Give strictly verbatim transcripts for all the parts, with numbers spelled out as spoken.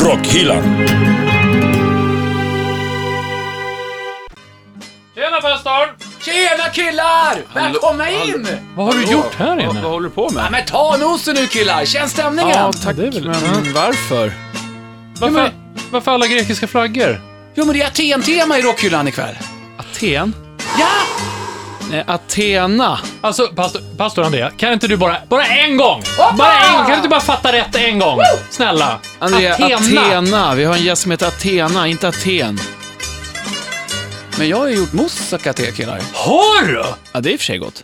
Rockhyllan. Tjena pastor! Tjena killar! Välkomna in! Vad har du gjort här inne? Vad, vad håller du på med? Ja, men ta nosen nu killar, känn stämningen! Ja, tack. det är väl- Men varför? Varför, Ja, men- varför alla grekiska flaggor? Jo men det är Aten-tema i Rockhyllan ikväll. Aten? Ja! Nej, Athena. Alltså, pastor, pastor Andrea, kan inte du bara, bara en gång? Hoppa! Bara en gång, kan du inte bara fatta rätt en gång? Snälla. Andrea, Athena. Athena. Vi har en gäst som heter Athena, inte Aten. Men jag har ju gjort moussaka till er killar. Har du? Ja, det är i och för sig gott.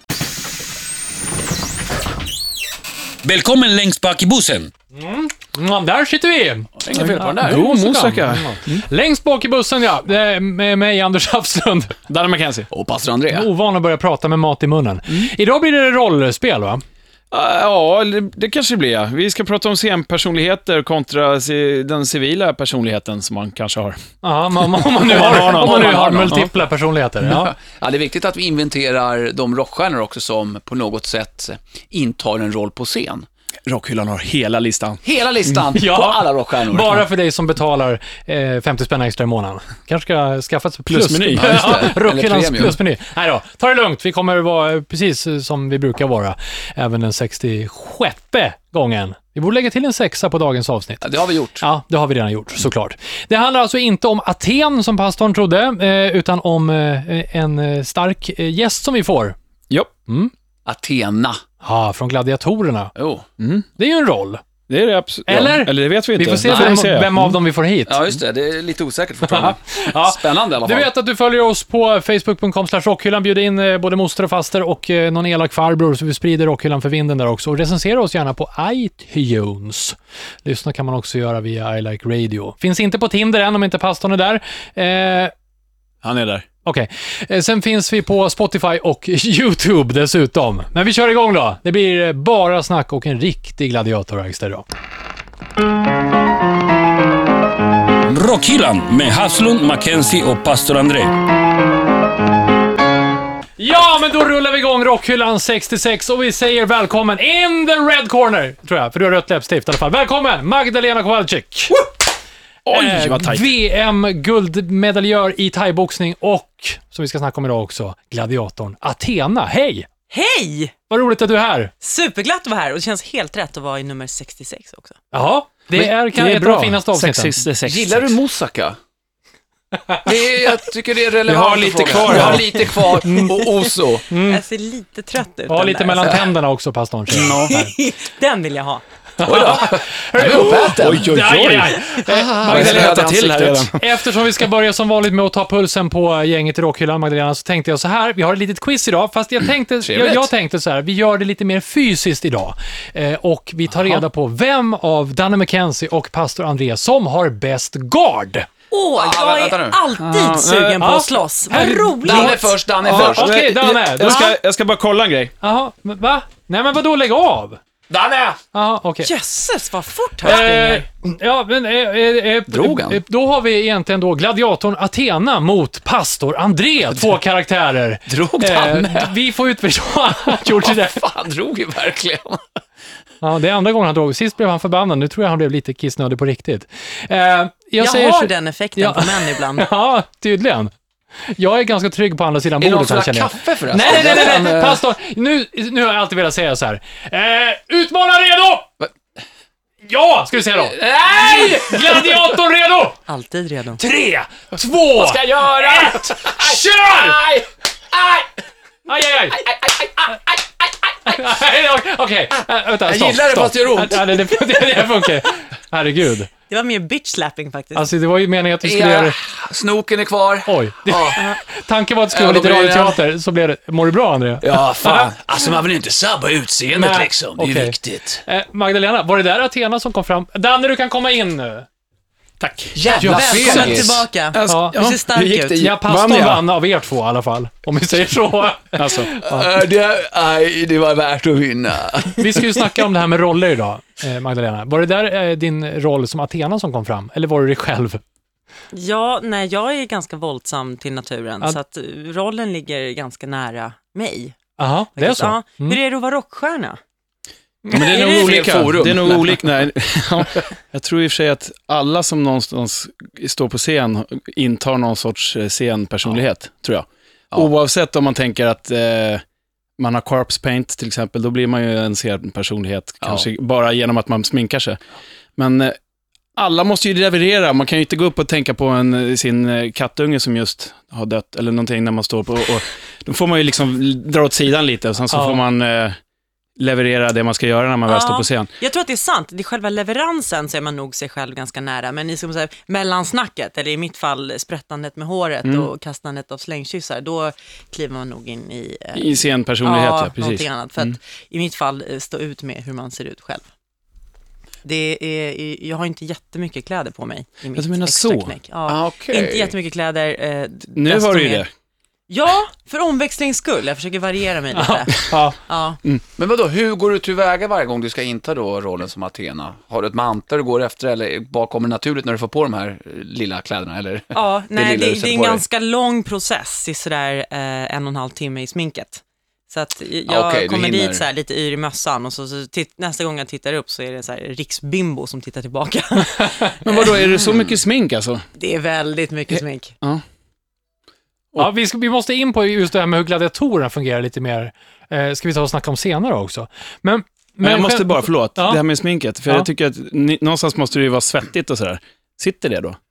Välkommen längst bak i bussen. Mm, där sitter vi. Inga fel på den där. God moussaka. Längst bak i bussen, ja. Det är med mig, Anders Hafslund. Danne McKenzie. Och pastor Andrea. Ovan att börja prata med mat i munnen. Idag blir det rollspel, va? Ja, det, det kanske blir ja. Vi ska prata om scenpersonligheter kontra ci- den civila personligheten som man kanske har. Ja, om man, om man nu har, om man nu har multipla personligheter. Ja. Ja, det är viktigt att vi inventerar de rockstjärnor också som på något sätt intar en roll på scen. Rockhyllan har hela listan. Hela listan Ja. på alla rockstjärnor. Bara för dig som betalar eh, femtio spänn extra i månaden. Kanske ska skaffa ett Plusmeny. Ja, just det. Ja, Eller Rockhyllans premium. plusmeny. Nej då, ta det lugnt. Vi kommer vara precis som vi brukar vara. Även den sextiosjätte gången. Vi borde lägga till en sexa på dagens avsnitt. Ja, det har vi gjort. Ja, det har vi redan gjort, såklart. Det handlar alltså inte om Aten som pastorn trodde, eh, utan om eh, en eh, stark eh, gäst som vi får. Ja, Athena. Ja, från gladiatorerna. Jo. Det är ju en roll. det är det absolut. Eller? Ja, eller det vet vi inte. Vi får se Nej, vem, ser jag. vem av dem vi får hit. Ja, just det. Det är lite osäkert fortfarande. Ja. Spännande i alla Du fall. vet att du följer oss på facebook punkt com slash rockhyllan, bjuder in eh, både moster och faster och eh, någon elak farbror, så vi sprider rockhyllan för vinden där också. Och recensera oss gärna på iTunes. Lyssna kan man också göra via I Like Radio. Finns inte på Tinder än om inte pastorn är där. Eh, Han är där. Okej. Eh, Sen finns vi på Spotify och YouTube dessutom. Men vi kör igång då. Det blir bara snack och en riktig gladiatorverkstad idag. Rockhyllan med Hafslund, McKenzie och pastor André. Ja, men då rullar vi igång Rockhyllan sextiosex och vi säger välkommen in the red corner, tror jag, för du har rött läppstift i alla fall. Välkommen, Magdalena Kowalczyk. Oj, vad tajt. V M-guldmedaljör i thaiboxning och, som vi ska snacka om idag också, gladiatorn Athena. Hej! Hej! Vad roligt att du är här. Superglatt att vara här och det känns helt rätt att vara i nummer sextiosex också. Jaha, det Men är, kan, Det är ett bra. av de finaste avsnitten. sextiosex. Gillar du moussaka? Det är, jag tycker det är relevant. Jag har lite fråga. kvar, Jag har ja. lite kvar och oso. Jag ser lite trött ut. Ja, den lite där. mellan tänderna också, pastorn. Den vill jag ha. Oj då. Jag är uppäten. Oj, oj, Aj, oj. aj, aj. Eh, Jag ska Magdalena, äta till här redan. eftersom vi ska börja som vanligt med att ta pulsen på gänget i Rockhyllan, Magdalena, så tänkte jag så här, vi har ett litet quiz idag, fast jag tänkte, jag, Trevligt. jag tänkte så här, vi gör det lite mer fysiskt idag. Eh, och vi tar reda på vem av Danne McKenzie och pastor André som har bäst guard. Åh, Ah, jag vänta är nu. alltid sugen på ja. att slåss. Här- Vad roligt! Danne först, Danne Ja, först. Okej, Danne, Jag, då- jag, ska, jag ska bara kolla en grej. Jaha, men va? Nej, men vadå, lägg av? Danne! Jaha, okej. Jösses, vad fort han Eh, springer. ja, men eh, eh, eh, Drog han? eh, då har vi egentligen då gladiatorn Athena mot pastor André, två karaktärer. Drog Eh, Danne? vi får utvärdera. Han gjorde det. Fan, drog ju verkligen. Ja, det är andra gången han drog. Sist blev han förbannad. Nu tror jag han blev lite kissnödig på riktigt. Eh, jag Jag säger har så- den effekten Ja. på män ibland. Ja, tydligen. Jag är ganska trygg på andra sidan Är det någon bordet som här, har känner jag. kaffe förresten? Nej, nej, nej, nej, nej. Eh, Pastor, nu, nu har jag alltid velat säga så här. Eh, utmanare redo! Va? Ja, ska vi säga då. Nej! Gladiatorn redo! Alltid redo. Tre, två, Vad ska jag göra? ett, kör! Aj! Aj! Aj, aj, aj. Nej, Okej, äh, vänta, Jag stopp, gillar det stopp. fast det gör ont. Ja, det, det, det, det funkar. Herregud. Det var mer bitch-slapping faktiskt. Alltså, det var ju meningen att vi skulle göra Ja, det. snoken är kvar. Oj. Det, Ja. tanken var att det skulle Ja, vara då lite blir det- radioteater, så blev det. Mår du bra, André? Ja, fan. Alltså man vill ju inte sabba utseendet Nej, liksom. Det är ju okej. viktigt. Eh, Magdalena, var det där Athena som kom fram? Danne, du kan komma in nu. Tack. Jävla Välkommen fegis. tillbaka. Ja. Du ser stark hur gick ut. det? Ja, pastorn Vann jag? vann av er två i alla fall, om vi säger så. Alltså, Äh, det, aj, det var värt att vinna. Vi ska ju snacka om det här med roller idag, eh, Magdalena. Var det där eh, din roll som Athena som kom fram? Eller var du dig själv? Ja, nej, jag är ganska våldsam till naturen, Ja. så att eh, rollen ligger ganska nära mig. Jaha, det är så. Ja. Mm. Hur är det att vara rockstjärna? Men det är Är nog det olika. fel forum? Det är nog olika. Nej. Jag tror i och för sig att alla som någonstans står på scen intar någon sorts eh, scenpersonlighet, tror jag. Ja. Oavsett om man tänker att eh, man har corpse paint till exempel, då blir man ju en scenpersonlighet, Ja. kanske bara genom att man sminkar sig. Men eh, alla måste ju leverera. Man kan ju inte gå upp och tänka på en, sin eh, kattunge som just har dött eller någonting när man står på. Och, då får man ju liksom dra åt sidan lite och sen så Ja. får man eh, leverera det man ska göra när man väl Ja. står på scen. Jag tror att det är sant. Det är själva leveransen så är man nog sig själv ganska nära. Men i som säga, mellansnacket, eller i mitt fall sprättandet med håret Mm. och kastandet av slängkyssar, då kliver man nog in i... eh, I scenpersonlighet, ja, precis. någonting annat. För Mm. att i mitt fall eh, stå ut med hur man ser ut själv. Det är, jag har inte jättemycket kläder på mig i mitt du menar extra så? knäck. Ja, Ah, okej. Inte jättemycket kläder. Eh, Nu desto har du ju mer- det. Ja, för omväxlings skull. Jag försöker variera mig lite. Ja. Ja. Men vadå, hur går du tillväga varje gång du ska inta då rollen som Athena? Har du ett mantel du går efter eller bara kommer det naturligt när du får på de här eh, lilla kläderna? Eller? Ja, nej, lilla det, du det, sätter är en på dig. ganska lång process i sådär eh, en och en halv timme i sminket. Så att jag Ah, okej, du kommer hinner. dit så här, lite yr i mössan och så, så titt, nästa gång jag tittar upp så är det så här riksbimbo som tittar tillbaka. Men vadå, är det så mycket smink alltså? Det är väldigt mycket smink. Ja. Ja, vi, ska, vi måste in på just det här med hur gladiatorerna fungerar lite mer. Eh, ska vi ta och snacka om senare också. Men, Men jag måste bara, förlåt, Ja. det här med sminket. För Ja. jag tycker att ni, någonstans måste det ju vara svettigt och sådär. Sitter det då?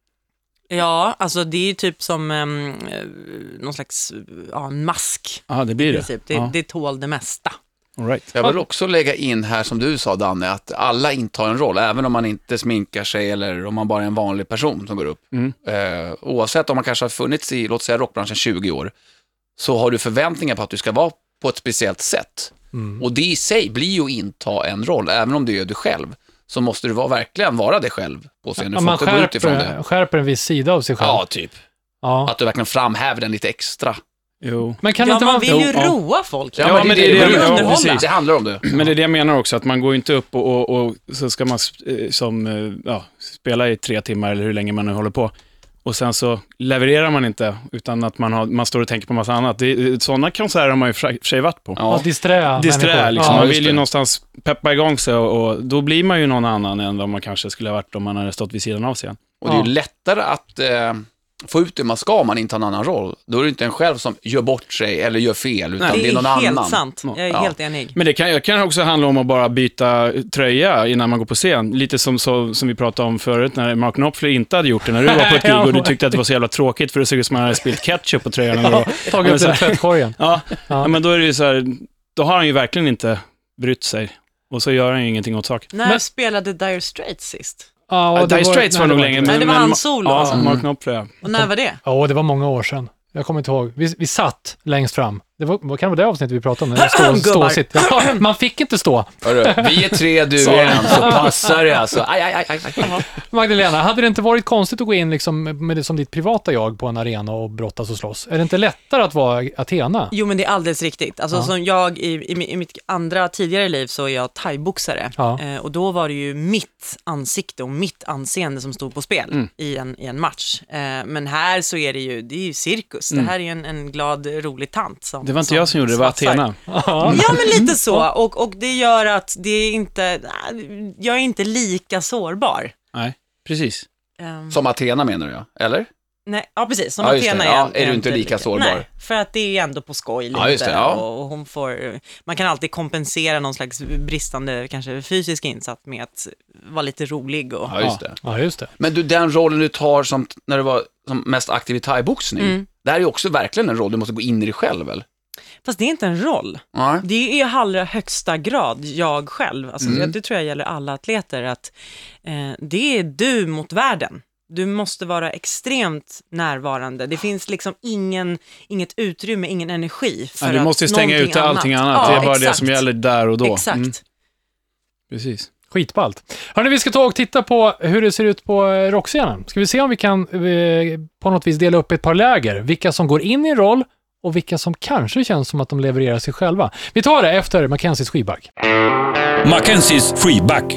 Ja, alltså det är ju typ som um, någon slags ja, en mask. Ja, det blir I det. princip. Det, Ja. det tål det mesta. All right. Jag vill också lägga in här som du sa Danne, att alla intar en roll, även om man inte sminkar sig eller om man bara är en vanlig person som går upp. Mm. Eh, oavsett om man kanske har funnits i, låt säga rockbranschen tjugo år, så har du förväntningar på att du ska vara på ett speciellt sätt. Mm. Och det i sig blir ju att inta en roll, även om du är du själv, så måste du vara, verkligen vara dig själv på scen. Du Ja, får man inte gå utifrån skärper, det. skärper en viss sida av sig själv. Ja, typ. Ja. Att du verkligen framhäver den lite extra. Jo. Men kan det Ja, inte man vara... vill ju Jo, ja. roa folk. Ja, men det är det- går ja, ut på. underhålla. precis. Det handlar om det. Men det är det jag menar också, att man går inte upp och, och, och så ska man eh, som, eh, ja, spela i tre timmar eller hur länge man nu håller på. Och sen så levererar man inte, utan att man, har, man står och tänker på massa annat. Det, sådana konserter har man ju för sig varit på. Ja, Ja. disträ Disträ, människor. liksom. Ja, Man just vill ju det. någonstans peppa igång sig och, och då blir man ju någon annan än vad man kanske skulle ha varit om man hade stått vid sidan av scen. Och det är ju Ja. lättare att eh, få ut det man ska om man inte har en annan roll. Då är det inte en själv som gör bort sig eller gör fel, utan Nej, det är någon helt annan. sant. Jag är Ja. helt enig. Men det kan, det kan också handla om att bara byta tröja innan man går på scen. Lite som, så, som vi pratade om förut när Mark Knopfler inte hade gjort det när du var på ett gig och du tyckte att det var så jävla tråkigt för det såg ut som att man hade spilt ketchup på tröjan. Eller vad. Tagit upp den i tvättkorgen. Ja, Ja. ja, men då är det ju så här, då har han ju verkligen inte brytt sig. Och så gör han ju ingenting åt saken. När Men- spelade Dire Straits sist? Ja, och Ja, det Dire Straits var nej, nog det länge. inte. Nej, det var men- hans solo, Ja, alltså. Mark Knopfler, ja. Och när var det? Ja, det var många år sedan. Jag kommer inte ihåg. Vi, vi satt längst fram. Det var, vad kan det vara det avsnittet vi pratade om? Stå, Gubbar. stå, sitt. Ja, man fick inte stå. Hörru, vi är tre, du är en, så passar det alltså. Aj, aj, aj, aj, aj. Magdalena, hade det inte varit konstigt att gå in liksom med det som ditt privata jag på en arena och brottas och slåss? Är det inte lättare att vara Athena? Jo, men det är alldeles riktigt. Alltså, Ja. som jag, i, i, mi- i mitt andra tidigare liv så är jag thaiboxare. Ja. Eh, och då var det ju mitt ansikte och mitt anseende som stod på spel Mm. i, en, i en match. Eh, men här så är det ju, det är ju cirkus. Det här är ju en, en glad, rolig tant som Det var inte jag som gjorde det, det var svatsar. Athena. Ja. Ja, men lite så. Och, och det gör att det är inte, jag är inte lika sårbar. Nej, precis. Ehm, Som Athena menar jag, eller? Nej, ja precis, som Ja, just Athena det. är, Ja, jag är du inte lika sårbar? Nej, för att det är ändå på skoj lite. Ja, just det, ja. Och hon får, man kan alltid kompensera någon slags bristande, kanske fysisk insats med att vara lite rolig. Och, Ja, just det. Ja, just det. Men du, den rollen du tar som när du var som mest aktiv i thaiboxning, Mm. det här är ju också verkligen en roll du måste gå in i dig själv, väl? Fast det är inte en roll. Ja. Det är i allra högsta grad jag själv. Alltså, Mm. det tror jag gäller alla atleter. Att, eh, det är du mot världen. Du måste vara extremt närvarande. Det finns liksom ingen, inget utrymme, ingen energi för Ja, du att måste stänga någonting ute allting annat. Ja, det är bara det exakt. som gäller där och då. Exakt. Mm, precis. Skitballt. Hörrni, vi ska ta och titta på hur det ser ut på eh, rockscenen. Ska vi se om vi kan eh, på något vis dela upp ett par läger. Vilka som går in i en roll och vilka som kanske känns som att de levererar sig själva. Vi tar det efter Mackenzies skivback. Mackenzies freeback.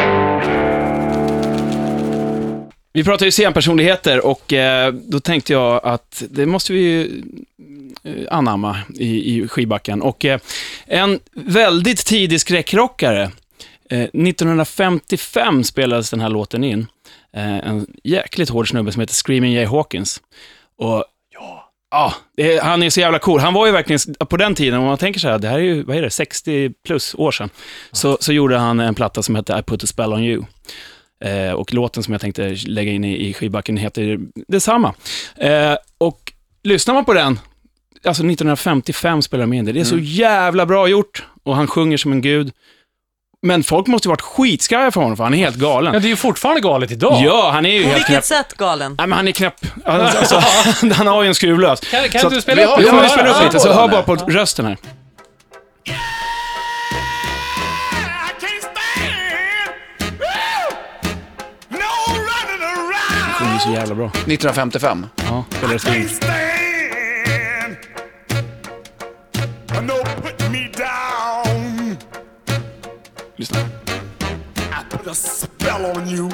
Vi pratar ju scenpersonligheter och eh, då tänkte jag att det måste vi ju eh, anamma i, i skivbacken. Och eh, en väldigt tidig skräckrockare Eh, nittonhundrafemtiofem spelades den här låten in. Eh, en jäkligt hård snubbe som heter Screaming Jay Hawkins. Och ja, ja det är, han är så jävla cool. Han var ju verkligen, på den tiden, om man tänker så här, det här är ju, vad är det, sextio plus år sedan, så, så gjorde han en platta som heter I Put a Spell on You. Eh, och låten som jag tänkte lägga in i, i skivbacken heter detsamma. Eh, och lyssnar man på den, alltså nittonhundrafemtiofem spelar de in det. Det är så jävla bra gjort. Och han sjunger som en gud. Men folk måste ju varit skitskraja för honom, för han är helt galen. Ja, det är ju fortfarande galet idag. Ja, han är ju På helt vilket knäpp. sätt galen? Nej, men han är knäpp. Alltså, han har ju en skruvlös. Kan, kan Så du att- spela upp? har- Vi Jo, får men vi höra. spelar upp Ja. lite, så Ja. hör bara på rösten här. Han sjunger så jävla bra. nittonhundrafemtiofem. Ja, spelar det in. No, put me down. Lyssna. I put a spell on you.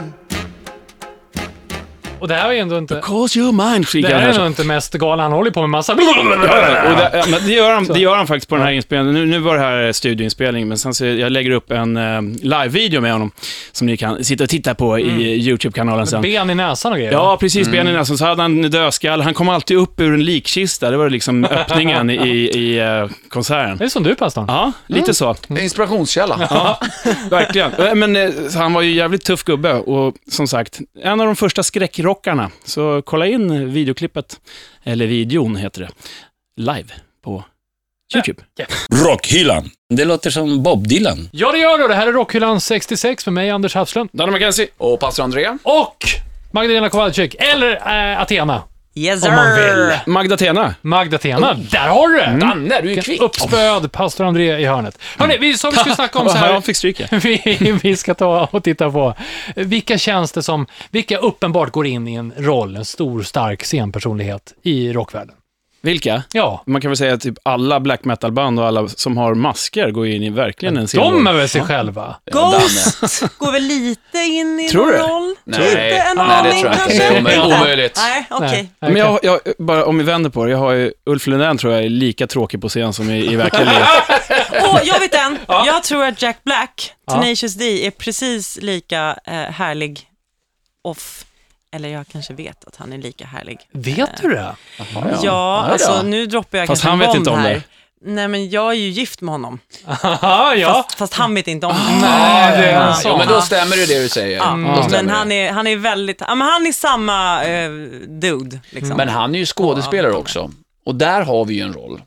Och det här är ju ändå inte... Cause your mind, Det skriker här han är här. nog inte mest galen. Han håller på med massa... Ja, ja, och det, ja, men det, gör han, det gör han faktiskt på den här inspelningen. Nu, nu var det här studioinspelning, men sen så jag lägger upp en uh, live-video med honom som ni kan sitta och titta på i YouTube-kanalen sen. Ben i näsan och grejer. Ja, precis. Mm. Benen nästan. Så hade han en dödskall. Han kom alltid upp ur en likkista. Det var liksom öppningen i, i uh, konserten. Det är som du, pastorn. Ja, lite så. Inspirationskälla. Ja, verkligen. Eh, Men eh, så han var ju jävligt tuff gubbe och som sagt, en av de första skräckrockarna. Så kolla in videoklippet, eller videon heter det, live på YouTube. Rockhyllan. Det låter som Bob Dylan. Ja, det gör det. Det här är Rockhyllan sextiosex med mig, Anders Hafslund. Danne McKenzie. Och pastor André. Och Magdalena Kowalczyk. Eller äh, Athena, Yes om man sir. vill. Magda Tena. Magda Athena. Där har du det! Danne, du är kvick. Uppspöd pastor André i hörnet. Hörrni, vi som vi skulle snacka om så Ja, här... han fick stryka. vi, vi ska ta och titta på vilka tjänster som, vilka uppenbart går in i en roll, en stor, stark scenpersonlighet i rockvärlden. Vilka? Ja, Man kan väl säga att typ alla black metal-band och alla som har masker går in i verkligen en scen. de är väl sig själva. Ghost går väl lite in i Tror någon du? roll? Nej, Lite, en nej, det aning tror jag inte. kanske? Det är omöjligt. Omöjligt. Nej, okej. Nej. Men jag, jag, bara om vi vänder på det, jag har ju, Ulf Lundell tror jag är lika tråkig på scen som i, i verkliga livet. Åh, jag vet en. Jag tror att Jack Black, Tenacious D, är precis lika eh, härlig off. Eller jag kanske vet att han är lika härlig. Vet du det? Ja, alltså nu droppar jag Fast kanske han en vet bomb inte om här. det. Nej, men jag är ju gift med honom. Aha, ja. Fast, fast han vet inte om det. Nej, det är en Ja, sån. men då stämmer det det du säger. Ja, Då men stämmer han det. är, han är väldigt, ja, men han är samma eh, dude. Liksom. Men han är ju skådespelare Ja. också. Och där har vi ju en roll.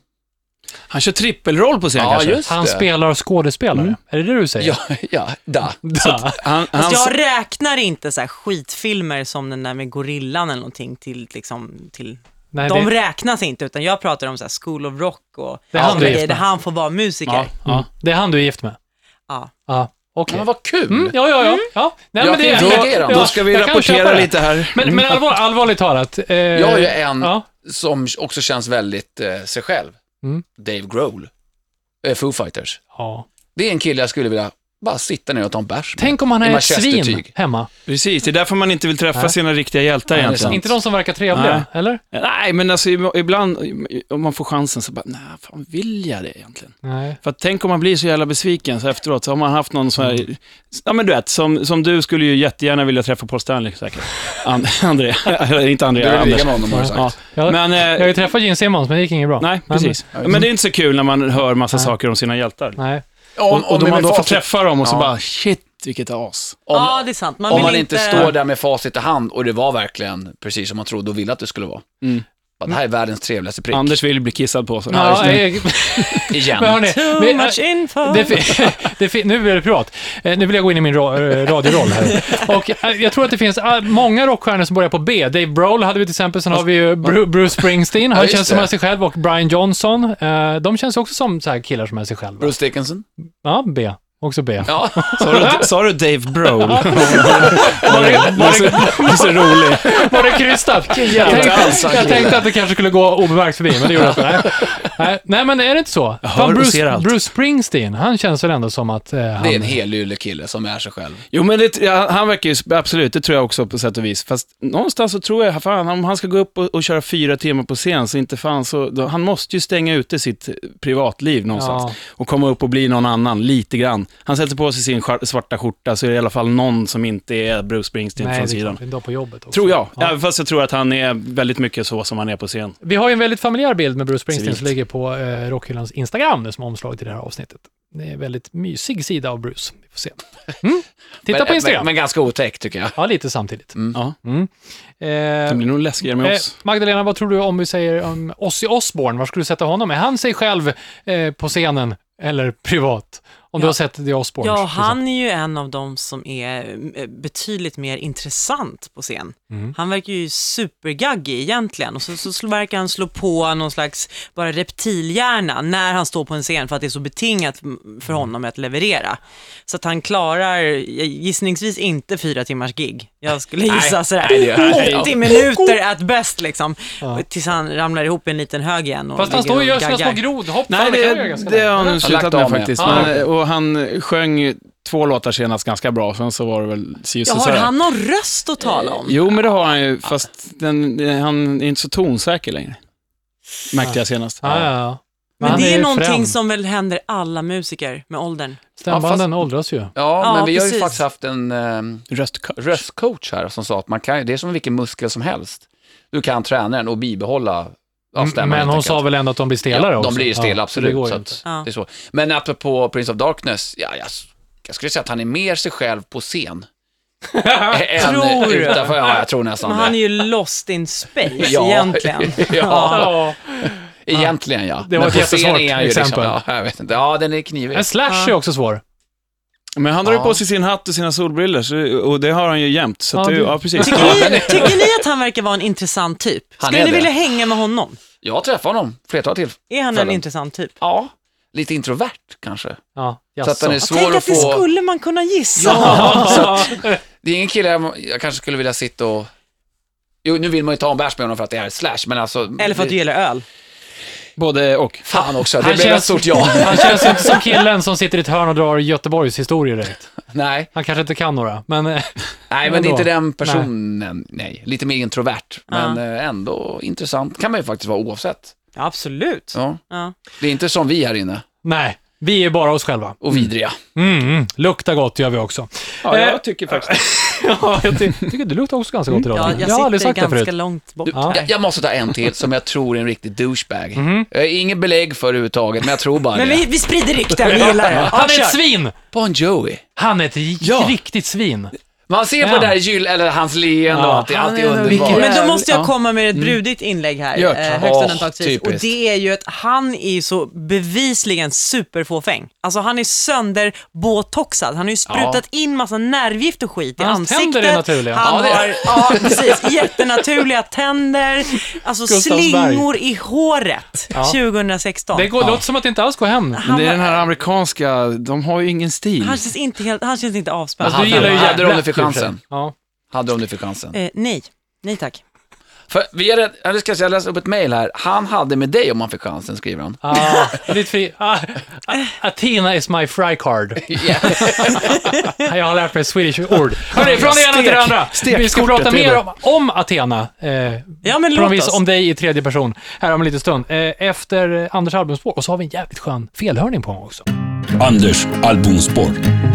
Han kör trippelroll på scen Ja, kanske. just Han det. spelar skådespelare. Är det det du säger? Ja, ja, da. Ja. Han, Fast han, jag räknar inte så här skitfilmer som den där med gorillan eller någonting till, liksom, till Nej, de det, räknas inte, utan jag pratar om så här School of Rock och Det är han såna du är grejer gift där med. han får vara musiker. ja, Ja. mm. det är han du är gift med. Ja. Ja, okej. Men vad kul. Mm, ja, ja, ja. ja. Nej, Jag men det, kan reagera. ja, då ska vi jag kan köpa rapportera det. lite här. Men, men allvar, allvarligt talat. Eh, Jag har ju en Ja. som också känns väldigt eh, sig själv. Mm. Dave Grohl. Eh, Foo Fighters. Ja. Det är en kille jag skulle vilja bara sitta ner och ta en bärs med. Tänk om han I är ett svin manchestertyg. hemma. Precis, det är därför man inte vill träffa Nej. sina riktiga hjältar Nej, det är egentligen. sant. Inte de som verkar trevliga, Nej. eller? Nej, men alltså ibland, om man får chansen så bara, nej, fan vill jag det egentligen? Nej. För att tänk om man blir så jävla besviken så efteråt, så har man haft någon sån här, ja men du vet, som, som du skulle ju jättegärna vilja träffa Paul Stanley säkert. And, André, eller inte André, Du vill Anders. ligga med honom har du sagt. Ja. Jag, Men, eh, jag har ju träffat Gene Simmons, men det gick inget bra. nej, Men- precis. Men det är inte så kul när man hör massa Nej. saker om sina hjältar. Nej. Om, Och, och då med man då får facit- träffa dem och så Ja. bara, shit, vilket as. Om, Ja, det är sant. Man om vill man inte... inte står där med facit i hand och det var verkligen precis som man trodde och ville att det skulle vara. Mm. Bara, det här är världens trevligaste prick. Anders vill bli kissad på. Så. Ja, Ja, jag, Igen. men hörni, Too vi- much info. det, fi- det, fi- nu blir det privat. Eh, Nu vill jag gå in i min ra- eh, radioroll här. Och eh, jag tror att det finns ah, många rockstjärnor som börjar på B. Dave Grohl hade vi till exempel, sen har vi ju Bru- Bruce Springsteen, han just känns som det. är sig själv, och Brian Johnson. Eh, De känns också som så här killar som är sig själva. Bruce Dickinson. Ja, B. Också B. Ja. Sa du, sa du Dave Grohl? Var det, var det, Det är så roligt. var det krystat? Jag Inte tänkte, alls, han jag kille. tänkte att det kanske skulle gå obemärkt förbi, men det gjorde jag inte. Nej. Nej, nej, men är det inte så? hör Fan, och Bruce, ser allt. Bruce Springsteen, han känns väl ändå som att eh, han... Det är en helylle kille som är sig själv. Jo, men det, ja, han verkar ju, absolut, det tror jag också på sätt och vis. Fast någonstans så tror jag, fan, om han ska gå upp och, och köra fyra timmar på scen, så inte fan så, då, han måste ju stänga ute sitt privatliv någonstans. Ja. Och komma upp och bli någon annan, lite grann. han sätter på sig sin skär- svarta skjorta så är det i alla fall någon som inte är Bruce Springsteen Nej, från det är sidan. klart, en dag på jobbet också. Tror jag. Ja. Även fast jag tror att han är väldigt mycket så som han är på scen. Vi har ju en väldigt familjär bild med Bruce Springsteen Civilt. som ligger på eh, Rockhyllans Instagram nu som omslag till det här avsnittet. Det är en väldigt mysig sida av Bruce. Vi får se. Mm. Titta men, på Instagram. Men, men ganska otäck tycker jag. Ja, lite samtidigt. Ja, Mm. det Eh, blir nog läskigare med eh, oss. Magdalena, vad tror du om vi säger om Ozzy Osbourne? Var skulle du sätta honom? Är han sig själv eh, på scenen eller privat? Om du Ja. har sett The Osbournes. Ja, till exempel. han är ju en av dem som är eh, betydligt mer intressant på scen. Mm. Han verkar ju supergaggig egentligen och så, så slå- verkar han slå på någon slags bara reptilhjärna när han står på en scen för att det är så betingat m- för honom att leverera. Så att han klarar eh, gissningsvis inte fyra timmars gig. Jag skulle gissa Nej, sådär nej, det- åttio minuter at best liksom. Ja. Tills han ramlar ihop i en liten hög igen. Och Fast han ligger står ju och och gör sina små gaggar. grodhopp. Nej, Fan, kan jag göra det, ganska det bra. har han nu lagt slutat av med med. faktiskt. Ja. Men, och han sjöng två låtar senast ganska bra, sen så var det väl si och Ja, så har sådär. han någon röst att tala om? Jo, men det har han ju, fast den, han är inte så tonsäker längre. Märkte jag senast. Ja, ja, ja. Men han det är, ju någonting frän. som väl händer alla musiker med åldern. Stämbanden åldras ju. Ja, Ja, men vi har ju precis. faktiskt haft en um, Röstcoach. röstcoach här som sa att man kan, det är som vilken muskel som helst. Du kan träna den och bibehålla ja, stämman. Men helt hon enkelt. sa väl ändå att de blir stelare ja, också? de blir stela, Ja, absolut. Det går Så ju att, inte. Ja. det är så. Men apropå Prince of Darkness, ja, jag, jag skulle säga att han är mer sig själv på scen. än Tror du? utanför. Ja, jag tror nästan Men han är det. ju lost in space Ja. egentligen. Ja, Ja. egentligen ja. Det var Men ett på scen jättesvårt är han ju exempel. Liksom, ja, jag vet inte. Ja, den är knivig. En slash är också svår. Men han drar ju Ja. på sig sin hatt och sina solbriller, så, och det har han ju jämt. Så Ja, att det, det- ja, precis. Tycker ni, tycker ni att han verkar vara en intressant typ? Han Skulle är ni det. vilja hänga med honom? Jag träffade honom flertal till. Är han en Fällan. intressant typ? Ja, lite introvert kanske. Ja, Så att den är Jag svår tänker att att det få... skulle man kunna gissa. Ja, det är ingen kille jag, jag kanske skulle vilja sitta och... Jo, nu vill man ju ta en bärs med honom för att det är slash, men alltså... Eller för att du gillar öl. Både och. Fan också, det Han blev ett känns- stort ja. Han känns inte som killen som sitter i ett hörn och drar Göteborgs historier direkt. Nej, Han kanske inte kan några, men... eh, nej, men Ändå. inte den personen, nej. Lite mer introvert, men Ja. eh, ändå intressant. Kan man ju faktiskt vara oavsett. Ja, absolut. Ja. Ja. Det är inte som vi här inne, Nej, vi är bara oss själva. och vidriga. Mm, mm. Luktar gott gör vi också. Ja, Eh, jag tycker faktiskt. Ja, jag ty- tycker du luktar också ganska gott idag. Ja, jag, jag har aldrig sitter sagt det ganska förut. långt bort. Du, Ja. jag, jag måste ta en till som jag tror är en riktig douchebag. Mhm. Jag har ingen belägg för överhuvudtaget, men jag tror bara Men det. vi, vi sprider rykten, vi gillar det. Ja, Han är kör. ett svin! Bon Jovi. Han är ett Ja. riktigt svin. Man ser på Ja. det där gyll, eller hans leende Ja. och allt, det är Han alltid är- underbart. Men då måste jag Ja. komma med ett brudigt inlägg här, Gör eh, det. högst Åh, undantagsvis. Och typiskt. det är ju att han är ju så bevisligen superfåfäng. Alltså han är sönderbotoxad. Han har ju sprutat in massa nervgift och skit i Hans ansiktet. tänder är naturliga. Han Ja, det är- har, ja precis, jättenaturliga tänder. Alltså Gustavsberg. slingor i håret Ja. tjugohundrasexton. Det går, låter som att det inte alls går hem. Men det är den här amerikanska, de har ju ingen stil. Han känns inte, helt, han känns inte avspänd. Alltså, du gillar ju Hade Jack de det Black för i och för sig. chansen? Ja. Hade de det för chansen? Eh, nej, nej tack. För vi är rätt, eller ska jag säga, jag läser upp ett mejl här. Han hade med dig om han fick chansen, skriver han. Ah, ditt fri... Ah, ah, Athena is my fry card. Jag har lärt mig Swedish ord. Hörrni, från det ena till det andra. Vi ska stekkortet, prata det är mer det. om, om Athena. Eh, Ja, men på något låt vis oss. om dig i tredje person. Här om en liten stund. Eh, efter eh, Anders albumspår. Och så har vi en jävligt skön felhörning på honom också. Anders albumspår.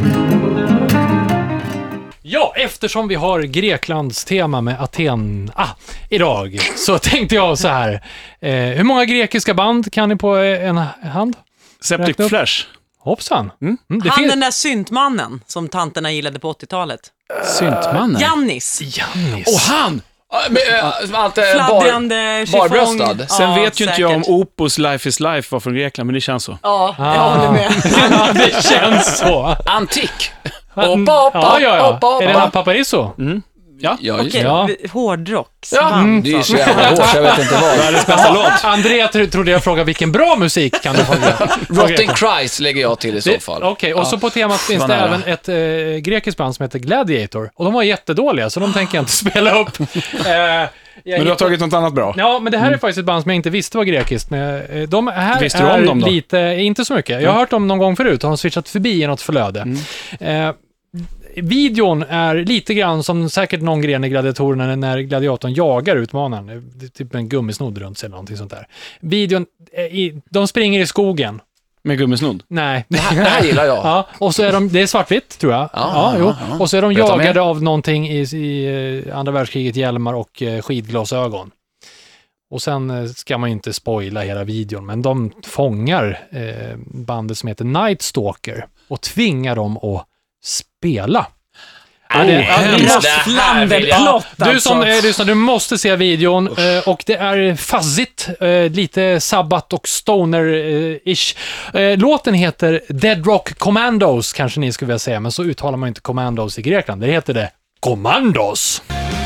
Ja, eftersom vi har Greklands tema med Aten ah, idag så tänkte jag så här. Eh, hur många grekiska band kan ni på eh, en hand? Septic Räkna upp. Flash. Hoppsan. Mm, det Han finns... den där syntmannen som tanterna gillade på åttiotalet. Syntmannen. Jannis. Jannis. Och han! Ja, men, äh, som allt, äh, bar, Fladdrande chiffong. barbröstad. Sen Ja, vet ju inte jag om säkert. Opus Life is Life var från Grekland, men det känns så. Ja, jag Ah. håller med. Ja, det känns så. Antik. Mm. Hoppa, hoppa, Ja, ja, hoppa, ja. hoppa. Är det han Paparisso? Ja. Ja, just Okej, det. Ja. vi- hårdrock. Ja, Mm. det är ju så jävla hårt, så jag vet inte vad. Världens bästa låt. Andrea tro- trodde jag frågade vilken bra musik kan du få Rotten Christ lägger jag till i så Det- fall. Okej, och så på temat finns var det nära. även ett eh, grekiskt band som heter Gladiator. Och de var jättedåliga, så de tänker jag inte spela upp. Eh, jag Men du har tagit något annat bra. Ja, men det här är faktiskt ett band som jag inte visste var grekiskt. Men eh, de här Visste du är om dem då? lite, inte så mycket. Jag har hört dem någon gång förut och har switchat förbi i något flöde. Eh, videon är lite grann som säkert någon gren i gladiatorerna när gladiatorn jagar utmanaren. Det är typ en gummisnodd runt sig eller någonting sånt där. Videon, eh, i, de springer i skogen. Med gummisnodd. Nej. Det här, det här gillar jag. Ja, och så är de, det är svartvitt tror jag. Ja, ja, jo. ja. Och så är de Berätta jagade mer. av någonting i, i eh, andra världskriget, hjälmar och eh, skidglasögon. Och sen eh, ska man ju inte spoila hela videon, men de fångar eh, bandet som heter Night Stalker och tvingar dem att spela. Ja, det, ja, du, hemskt. måste, Det här vill jag- ja, du alltså. som eh, lyssnar, du måste se videon eh, och det är fazzigt, eh, lite sabbat och stoner-ish. Eh, låten heter Dead Rock Commandos, kanske ni skulle vilja säga, men så uttalar man inte Commandos i Grekland. Det heter det Commandos.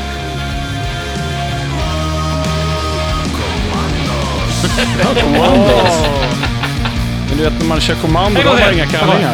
Commandos. Men du vet, när man kör kommando, En då gång har man till. inga kallingar.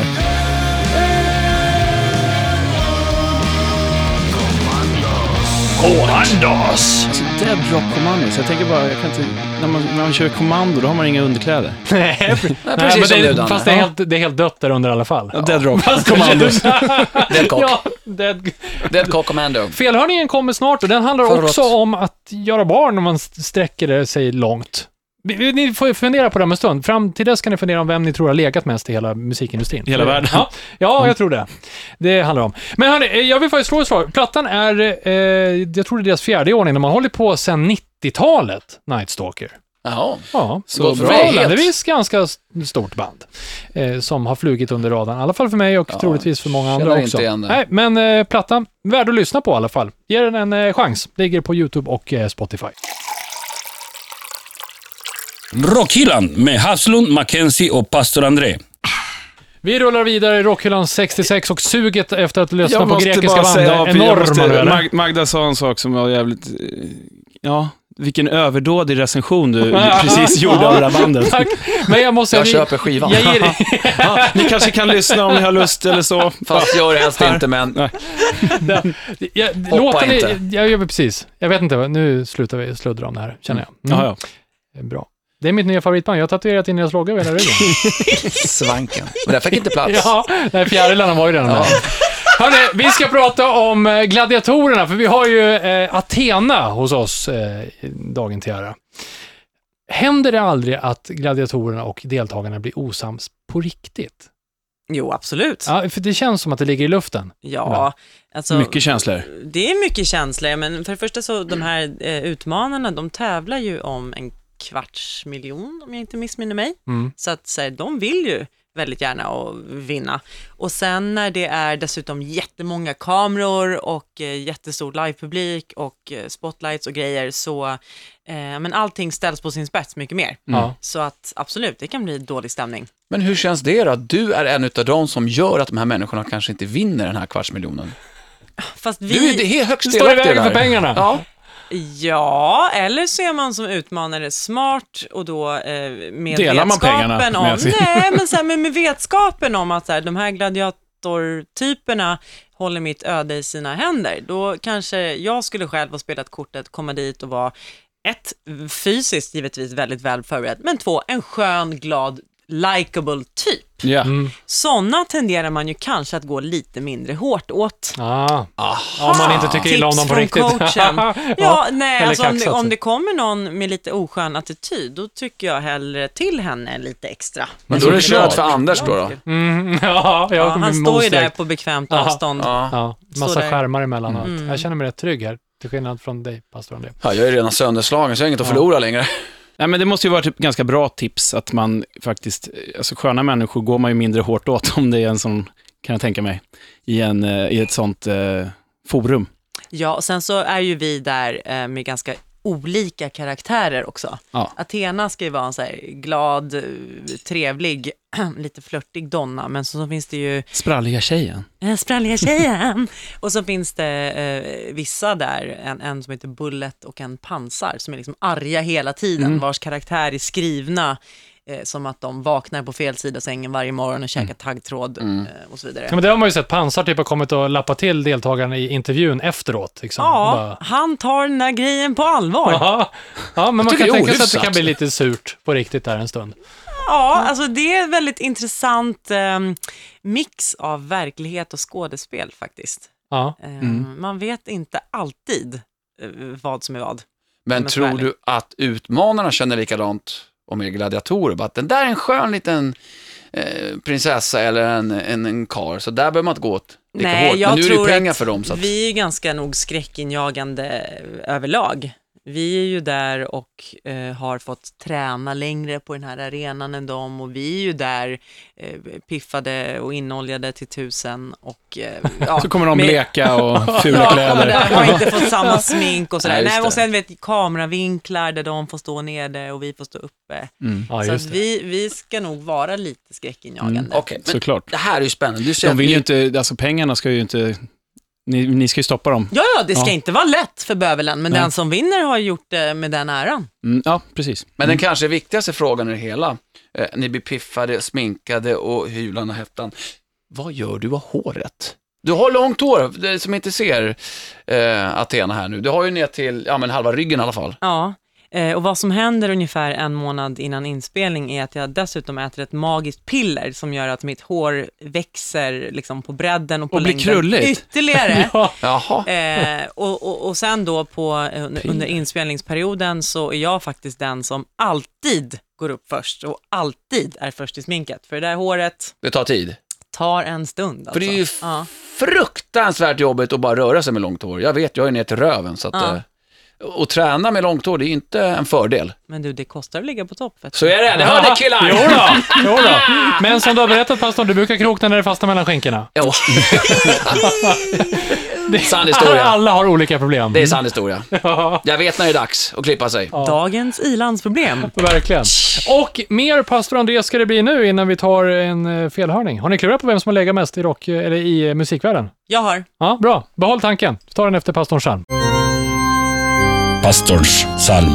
Commandos! Alltså, Dead Rock Commandos. Jag tänker bara, jag kan inte... När man, när man kör kommando, då har man inga underkläder. Nej, precis men som det, du, Danne. fast det är, helt, det är helt dött där under i alla fall. Ja. Dead Rock Commandos. Dead Cock. Ja, dead... Dead Cock Commando. Felhörningen kommer snart och den handlar Förlåt. också om att göra barn när man sträcker det sig långt. Vi- Ni får fundera på det om en stund. Fram till dess kan ni fundera om vem ni tror har legat mest i hela musikindustrin. I hela världen. Ja, ja, jag tror det. Det handlar om. Men hörni, jag vill faktiskt fråga ett svar. Plattan är, eh, jag tror det är deras fjärde ordning. De har hållit på sedan nittiotalet, Night Stalker. Jaha. Ja, Så så bra. förhållandevis ganska s- stort band eh, som har flugit under radarn. I alla fall för mig och Ja, troligtvis för många andra känner också. inte igen det. Nej, men eh, plattan, värd att lyssna på i alla fall. Ge den en eh, chans. Ligger på YouTube och eh, Spotify. Rockhyllan med Haslund, Mackenzie och Pastor André. Vi rullar vidare i Rockhyllan sextiosex och suget efter att lyssna Jag på måste grekiska bara band säga, är ja, jag enorma måste- nu, eller? Mag- Magda sa en sak som var jävligt... eh, Ja, vilken överdådig recension du precis gjorde av det där bandet. Tack. Men jag måste... Jag vi- köper skivan. Jag ger, Ja, ni kanske kan lyssna om ni har lust eller så. Fast gör det helst inte, men... jag, Hoppa låten inte. är, jag gör precis. Jag vet inte, nu slutar vi sluddra om det här, känner jag. Mm. Ja, ja. Det är bra. Det är mitt nya favoritband. Jag har tatuerat in deras logga över hela ryggen. Svanken. Men det fick inte plats. Ja, nej, fjärilarna var ju redan med. Hörrni, vi ska prata om eh, gladiatorerna, för vi har ju eh, Athena hos oss eh, dagen till ära. Händer det aldrig att gladiatorerna och deltagarna blir osams på riktigt? Jo, absolut. Ja, för det känns som att det ligger i luften. Ja, alltså... Mycket känslor. Det är mycket känslor, men för det första så de här eh, utmanarna, de tävlar ju om en kvarts miljon, om jag inte missminner mig. Mm. Så att så här, de vill ju väldigt gärna att vinna. Och sen när det är dessutom jättemånga kameror och eh, jättestor livepublik och eh, spotlights och grejer, så eh, men allting ställs på sin spets mycket mer. Ja. Så att absolut, det kan bli dålig stämning. Men hur känns det då? Du är en av de som gör att de här människorna kanske inte vinner den här kvartsmiljonen. Fast vi... Du är det är högst Det står i delaktig i vägen det för här. pengarna. Ja. Ja, eller så är man som utmanare smart och då eh, med Delar man vetskapen pengarna om, med sig? nej, men, så här, men med vetskapen om att så här, de här gladiatortyperna håller mitt öde i sina händer, då kanske jag skulle själv ha spelat kortet, komma dit och vara ett, fysiskt givetvis väldigt väl förberedd, men två, en skön, glad, likable typ. Ja. Mm. Sådana tenderar man ju kanske att gå lite mindre hårt åt. Ah. Om man inte tycker illa om dem på från riktigt. coachen. Ja, Ja, nej, eller alltså om, det, kaxat. om det kommer någon med lite oskön attityd, då tycker jag hellre till henne lite extra. Men då är det Såklart. kört för Anders då. då. Mm, ja, jag Ja, kommer han står ju där motsträckt. på bekvämt Aha. avstånd. Ja. Ja, Står massa där. skärmar emellanåt. Mm. Jag känner mig rätt trygg här, till skillnad från dig, pastor André. Ja, jag är redan sönderslagen så jag har inget att Ja. förlora längre. Nej, men det måste ju vara ett ganska bra tips att man faktiskt, alltså sköna människor går man ju mindre hårt åt om det är en sån, kan jag tänka mig, i, en, eh, i ett sånt eh, forum. Ja, och sen så är ju vi där eh, med ganska olika karaktärer också. Ja. Athena ska ju vara en så här glad, eh, trevlig, lite flörtig donna, men så, så finns det ju Spralliga tjejen. eh, spralliga tjejen. Och så finns det eh, vissa där, en, en som heter Bullet och en pansar, som är liksom arga hela tiden, Mm. vars karaktär är skrivna eh, som att de vaknar på fel sida sängen varje morgon och käkar taggtråd eh, och så vidare. Ja, men det har man ju sett. Pansar typ har kommit och lappat till deltagarna i intervjun efteråt. Liksom. Ja, Bara, han tar den där grejen på allvar. ja, ja, men man tycker kan det är tänka sig att det ohyfsat. kan bli lite surt på riktigt där en stund. Ja, alltså det är en väldigt intressant eh, mix av verklighet och skådespel faktiskt. Ja. Eh, Mm. Man vet inte alltid eh, vad som är vad. Men Men tror så du att utmanarna känner likadant om er gladiatorer? Bara att den där är en skön liten eh, prinsessa eller en, en, en kar. Så där behöver man inte gå åt lika Nej, hårt. jag Men nu är det tror ju pengar att för dem. Så att... vi är ganska nog skräckinjagande överlag. Vi är ju där och eh, har fått träna längre på den här arenan än dem, och vi är ju där eh, piffade och inoljade till tusen och eh, ja, Så kommer de med- bleka och fula Ja, kläder. där har inte fått samma smink och sådär. Nej, just Nej, det. och sen vet kameravinklar där de får stå nere och vi får stå uppe. Ja, så att just det. vi, vi ska nog vara lite skräckinjagande. Mm. Okej, men Såklart. det här är ju spännande. Du säger De vill ju att ni- inte, alltså pengarna ska ju inte, ni, ni ska ju stoppa dem. Ja, ja, det ska Ja. inte vara lätt för bövelen, men Nej. den som vinner har gjort det med den äran. Mm, ja, precis. Men den kanske viktigaste frågan i det hela, eh, ni blir piffade, sminkade och hylan och hettan. Vad gör du av håret? Du har långt hår, det som inte ser eh, Athena här nu. Du har ju ner till ja, men halva ryggen i alla fall. Ja, eh, och vad som händer ungefär en månad innan inspelning är att jag dessutom äter ett magiskt piller som gör att mitt hår växer liksom på bredden och på Och blir längden krulligt. ytterligare. Jaha. Eh, och, och, och sen då på, eh, under, under inspelningsperioden så är jag faktiskt den som alltid går upp först och alltid är först i sminket. För det där håret Det tar tid. tar en stund. Alltså. För det är ju f- Ja. fruktansvärt jobbigt att bara röra sig med långt hår. Jag vet, jag är ner till röven. Så att, Ja. eh, och träna med långt hår, det är ju inte en fördel. Men du, det kostar att ligga på topp. vet du. Så är det, det hörde killar! Jo då, jo då. Men som du har berättat, pastorn, du brukar krokna när det fastnar mellan skinkorna. Jo. Det, Sann historia. Alla har olika problem. Det är sann historia. Jag vet när det är dags att klippa sig. Dagens ilandsproblem. Verkligen. Och mer pastor Andreas ska det bli nu innan vi tar en eh, felhörning. Har ni klurat på vem som har legat mest i rock eller i eh, musikvärlden? Jag har. Ja, bra. Behåll tanken. Vi tar den efter pastorns psalm. Pastorns psalm.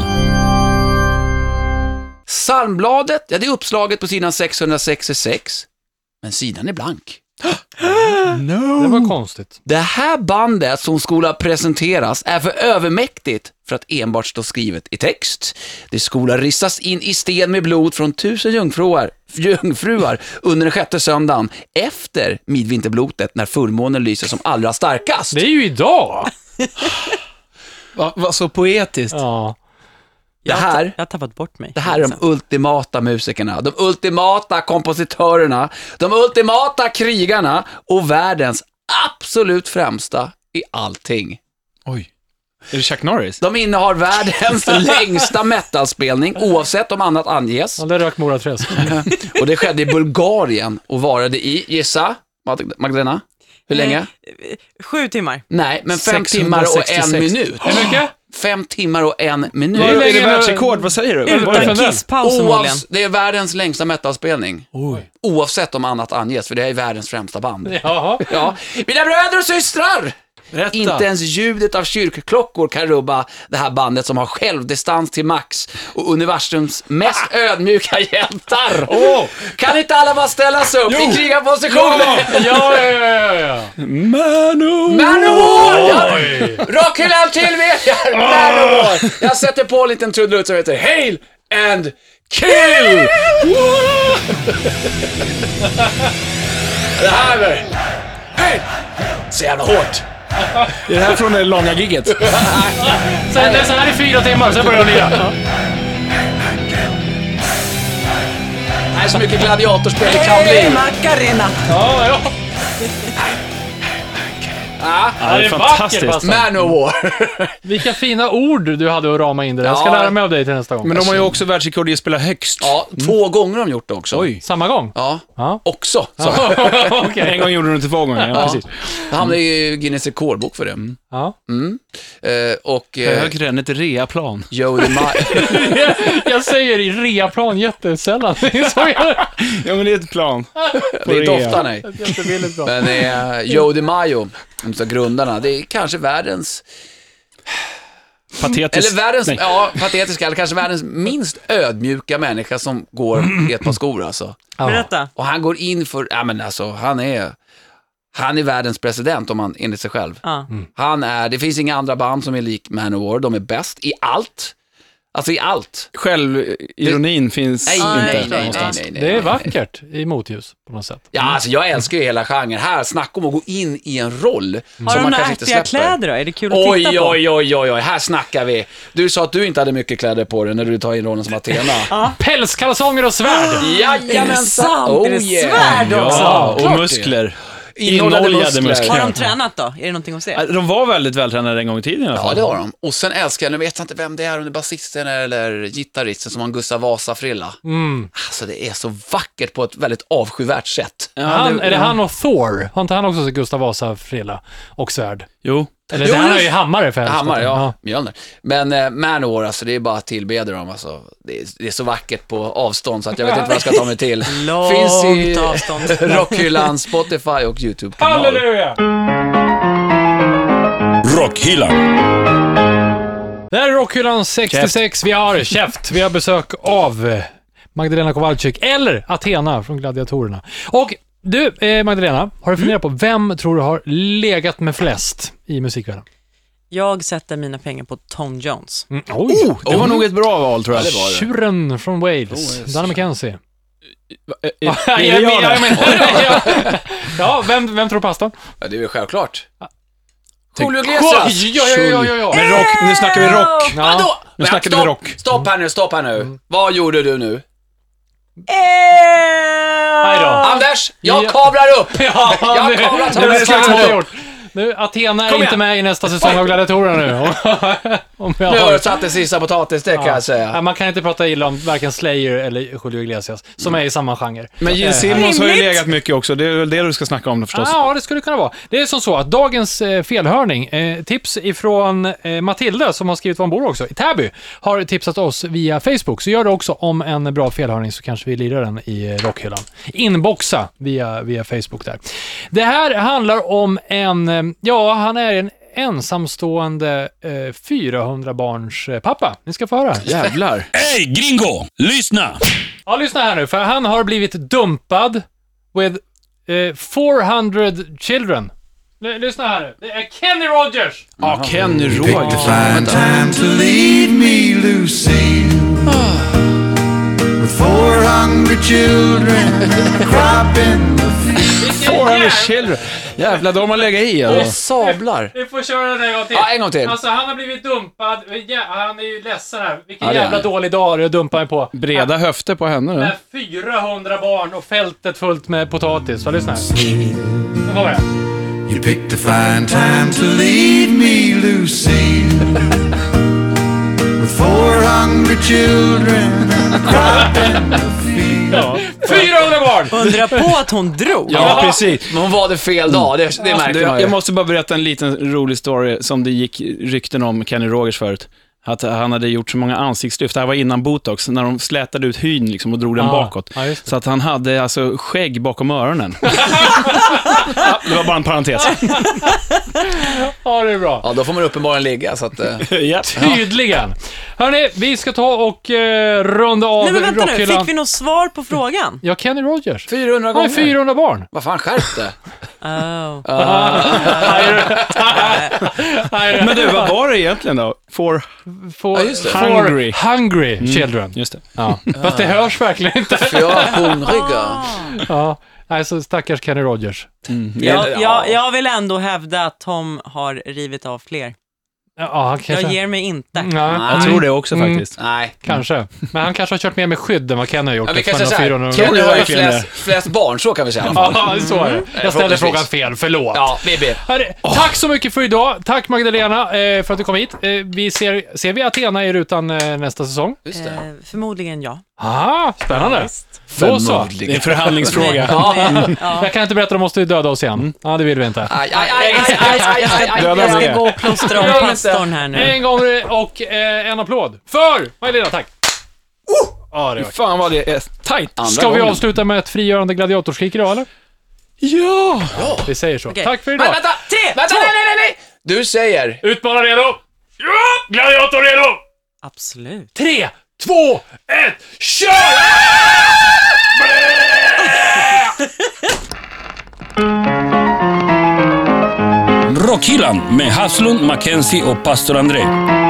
Psalmbladet, ja, det är uppslaget på sidan sexhundrasextiosex. Men sidan är blank. Det var konstigt. Det här bandet som skola presenteras är för övermäktigt för att enbart stå skrivet i text. Det skola rissas in i sten med blod från tusen jungfruar, jungfruar under den sjätte söndagen efter midvinterblotet när fullmånen lyser som allra starkast. Det är ju idag! Vad va, så poetiskt. Ja. Det här, Jag har tappat bort mig. det här är de ultimata musikerna, de ultimata kompositörerna, de ultimata krigarna och världens absolut främsta i allting. Oj. Är det Chuck Norris? De innehar världens längsta metalspelning oavsett om annat anges. Ja, det rök Moraträsk. Och det skedde i Bulgarien och varade i, gissa, Magdalena, hur länge? Eh, Sju timmar. Nej, men fem timmar och en sexhundrasextiosex. minut. Hur mycket? Fem timmar och en minut. Hur Är länge det nu- världsrekord? Vad säger du? Vad är det för Utan den? kisspaus förmodligen. Oavs- det är världens längsta metalspelning. Oj. Oavsett om annat anges, för det är världens främsta band. Jaha. Ja, mina bröder och systrar! Berätta. Inte ens ljudet av kyrkklockor kan rubba det här bandet som har självdistans till max och universums mest ödmjuka hjältar. Åh! Kan inte alla bara ställa sig upp i krigarpositioner? Ja, ja, ja, ja. Manowar! Manowar! Ja. Oj. Rockhyllan tillverkar Manowar! Jag sätter på en liten trudelutt som heter Hail and Kill! Det här är... Hej! Så jävla hårt. Är det här från det långa gigget? Sen, det är så här i fyra timmar, sen börjar de lira. Det här är så mycket gladiatorspel det kan Hey, bli. Macarena! Ja, ja. Ja, Ja, det är vackert, fantastiskt. pastor. Manowar. Vilka fina ord du hade att rama in det där. Jag ska Ja. lära mig av dig till nästa gång. Men de har ju också världsrekord i att spela högst. Ja, två gånger har de gjort det också. Oj. Samma gång? Ja, Ja. också. Så. Okej. En gång gjorde de det två gånger, ja, precis. Jag hamnade i Guinness rekordbok för det. Ja. Mm. Eh, och eh, Högre än ett reaplan. Joe DiMaggio. Jag säger i reaplan jättesällan. Det är så jag... Ja, men det är ett plan. Det är inte ofta, nej. Jättebilligt bra. Men eh, Joe DiMaggio, de så grundarna, det är kanske världens, Patetiskt. eller världens, Nej. ja, patetiska, eller kanske världens minst ödmjuka människa som går i ett par skor alltså. Berätta. Och han går in för, ja men alltså, han är, han är världens president om han enligt sig själv. Ja. Han är, det finns inga andra band som är lik Manowar, de är bäst i allt. Alltså i allt. Självironin finns Nej, inte nej, nej, någonstans. nej, nej, Det är nej. vackert i motljus på något sätt. Ja, alltså jag älskar ju hela genren. Här, snacka om att gå in i en roll Har som de man några kanske inte ärtiga släpper. kläder då? Är det kul att Oj, titta på? oj, oj, oj, oj, här snackar vi. Du sa att du inte hade mycket kläder på dig när du tar in rollen som Athena. Pälskalsonger och svärd! Jajamensan! Är det sant? Oh, Är det yeah. svärd också? Ja, klart och det. muskler. Innehållande Inoljade muskler. muskler. Har de tränat då? Är det någonting att se? De var väldigt vältränade en gång i tiden i alla Ja, fall. det har de. Och sen älskar jag, nu vet jag inte vem det är, om det är basisten eller gitarristen som har en Gustav Vasa-frilla. Mm. Alltså det är så vackert på ett väldigt avskyvärt sätt. Ja, Han, det- är det ja. han och Thor? Har inte han också sett Gustav Vasa frilla och svärd? Jo. Eller Jo, det här just- är ju hammare för Hammar, ja. Mjölner. Men eh, Manowar, alltså det är bara att tillbeda dem. Alltså. Det, är, det är så vackert på avstånd så att jag vet inte vad jag ska ta mig till. Långt Finns i avstånd. Rockhyllan, Spotify och YouTube-kanal. Halleluja! Rockhyllan. Det här är Rockhyllan sextiosex. Vi har käft. Vi har besök av eh, Magdalena Kowalczyk eller Athena från Gladiatorerna. Och du, eh, Magdalena, har du funderat på vem tror du har legat med flest i musikvärlden? Jag sätter mina pengar på Tom Jones. Mm. Oj! Det var nog ett bra val, tror jag. Ja, det var det. Tjuren från Wales. Danny McKenzie. Är, Ja, är det jag jag men- då? jag men- ja. Ja, vem, vem tror pastorn? Ja, det är väl självklart. Tänk- Julio Iglesias! Oj, ja, ja, ja, ja, ja. Men rock, nu snackar vi rock. Ja. Vadå? Nu Men snackar vi stopp, rock. Stopp här nu, stopp här nu. Vad gjorde du nu? Nej då. Anders, jag Ja. kavlar upp! Ja, Jag nu, kommer att ta nu det är det slagsmål. klart gjort. Nu, Athena är Kom inte igen. med i nästa säsong av Gladiatorerna nu. Om jag Nu har har... du satt det sista potatis, det kan jag Ja, säga. man kan inte prata illa om varken Slayer eller Julio Iglesias, som är i samma genre. Men Gene Eh, Simmons har ju Rimligt. legat mycket också. Det är väl det du ska snacka om förstås. Ja, det skulle kunna vara. Det är som så att dagens eh, felhörning, eh, tips ifrån eh, Matilda som har skrivit var hon bor också, i Täby, har tipsat oss via Facebook. Så gör det också om en bra felhörning så kanske vi lirar den i eh, rockhyllan. Inboxa via, via Facebook där. Det här handlar om en, eh, ja, han är en ensamstående eh, fyrahundra barns eh, pappa. Ni ska få höra. Jävlar. Hey gringo, lyssna! Ja, lyssna här nu, för han har blivit dumpad with eh, four hundred children. L- lyssna här nu. Det är Kenny Rogers. Ja, Kenny Rogers. Find time to leave me, Lucille. With four hungry children cropping the field. four hundred children. Jävlar, de har legat i Och alltså. sablar. Vi får köra den en gång till. Ja, en gång till. Alltså, han har blivit dumpad. Ja, han är ju ledsen här. Vilken Ja, det är jävla han. dålig dag det dumpar mig på. Breda höfter på henne. Med Då. fyrahundra barn och fältet fullt med potatis. Så lyssna här. Nu kommer det. You picked a fine time to leave me, Lucille. With four hungry children cropping the field. Ja. fyrahundra barn! Undra på att hon drog. Ja, precis. Men hon var det fel dag, det, det märkte Du, man ju. jag måste bara berätta en liten rolig story som det gick rykten om Kenny Rogers förut. Att han hade gjort så många ansiktslyft. Det här var innan botox, när de slätade ut hyn liksom och drog den Ja, bakåt. ja, just det. Så att han hade alltså skägg bakom öronen. Ja, det var bara en parentes. Ja, det är bra. Ja, då får man uppenbarligen ligga, så att... eh, Ja. Tydligen. Hörrni, vi ska ta och eh, runda av Nej men vänta nu, rockhyllan. fick vi något svar på frågan? Ja, Kenny Rogers. fyrahundra Han har gånger. fyrahundra barn. Vad fan, skärp det. Oh. Men du, vad var det egentligen då? For... For, Ja, just det. for Hungry. hungry children. Just det. Ja. Fast det hörs verkligen inte. För jag är hungriga. Ja. Nej, så stackars Kenny Rogers. Jag, jag, jag vill ändå hävda att Tom har rivit av fler. Ja, han kanske... Jag ger mig inte. Ja, Jag tror det också Mm. faktiskt. Nej. kanske. Men han kanske har kört mer med skydd än vad Kenny har gjort. Ja, vi kan eftersom säga han har såhär, fyrahundra Kenny har ju verkligen flest, flest barn, så kan vi säga i alla fall. Ja, så är det. Jag ställde förhoppningsvis. frågan fel, förlåt. Ja, Bibi. Hörru, tack så mycket för idag. Tack Magdalena eh, för att du kom hit. Eh, vi ser, ser vi Athena i rutan eh, nästa säsong? Just det. Eh, förmodligen ja. Ah, spännande. Visst. Då så. Det är en förhandlingsfråga. Ja. Jag kan inte berätta, de måste döda oss igen. Ja, det vill vi inte. Aj, aj, aj, aj, aj, aj, aj, aj. Döda Jag ska med. gå och plåstra om Gör inte. pastorn här nu. En gång och eh, en applåd för Magdalena, tack. Ja, det var. Fan vad det är tajt. Andra Ska vi gången. avsluta med ett frigörande gladiatorskrik idag, eller? Ja! Vi säger så. Okej. Tack för Men idag. vänta! Tre, Vänta, två. nej, nej, nej, nej! Du säger... Utmanare redo? Ja! Gladiator redo? Absolut. Tre, två, ett, kör! Rockhyllan med Haslund, Mackenzie och pastor André.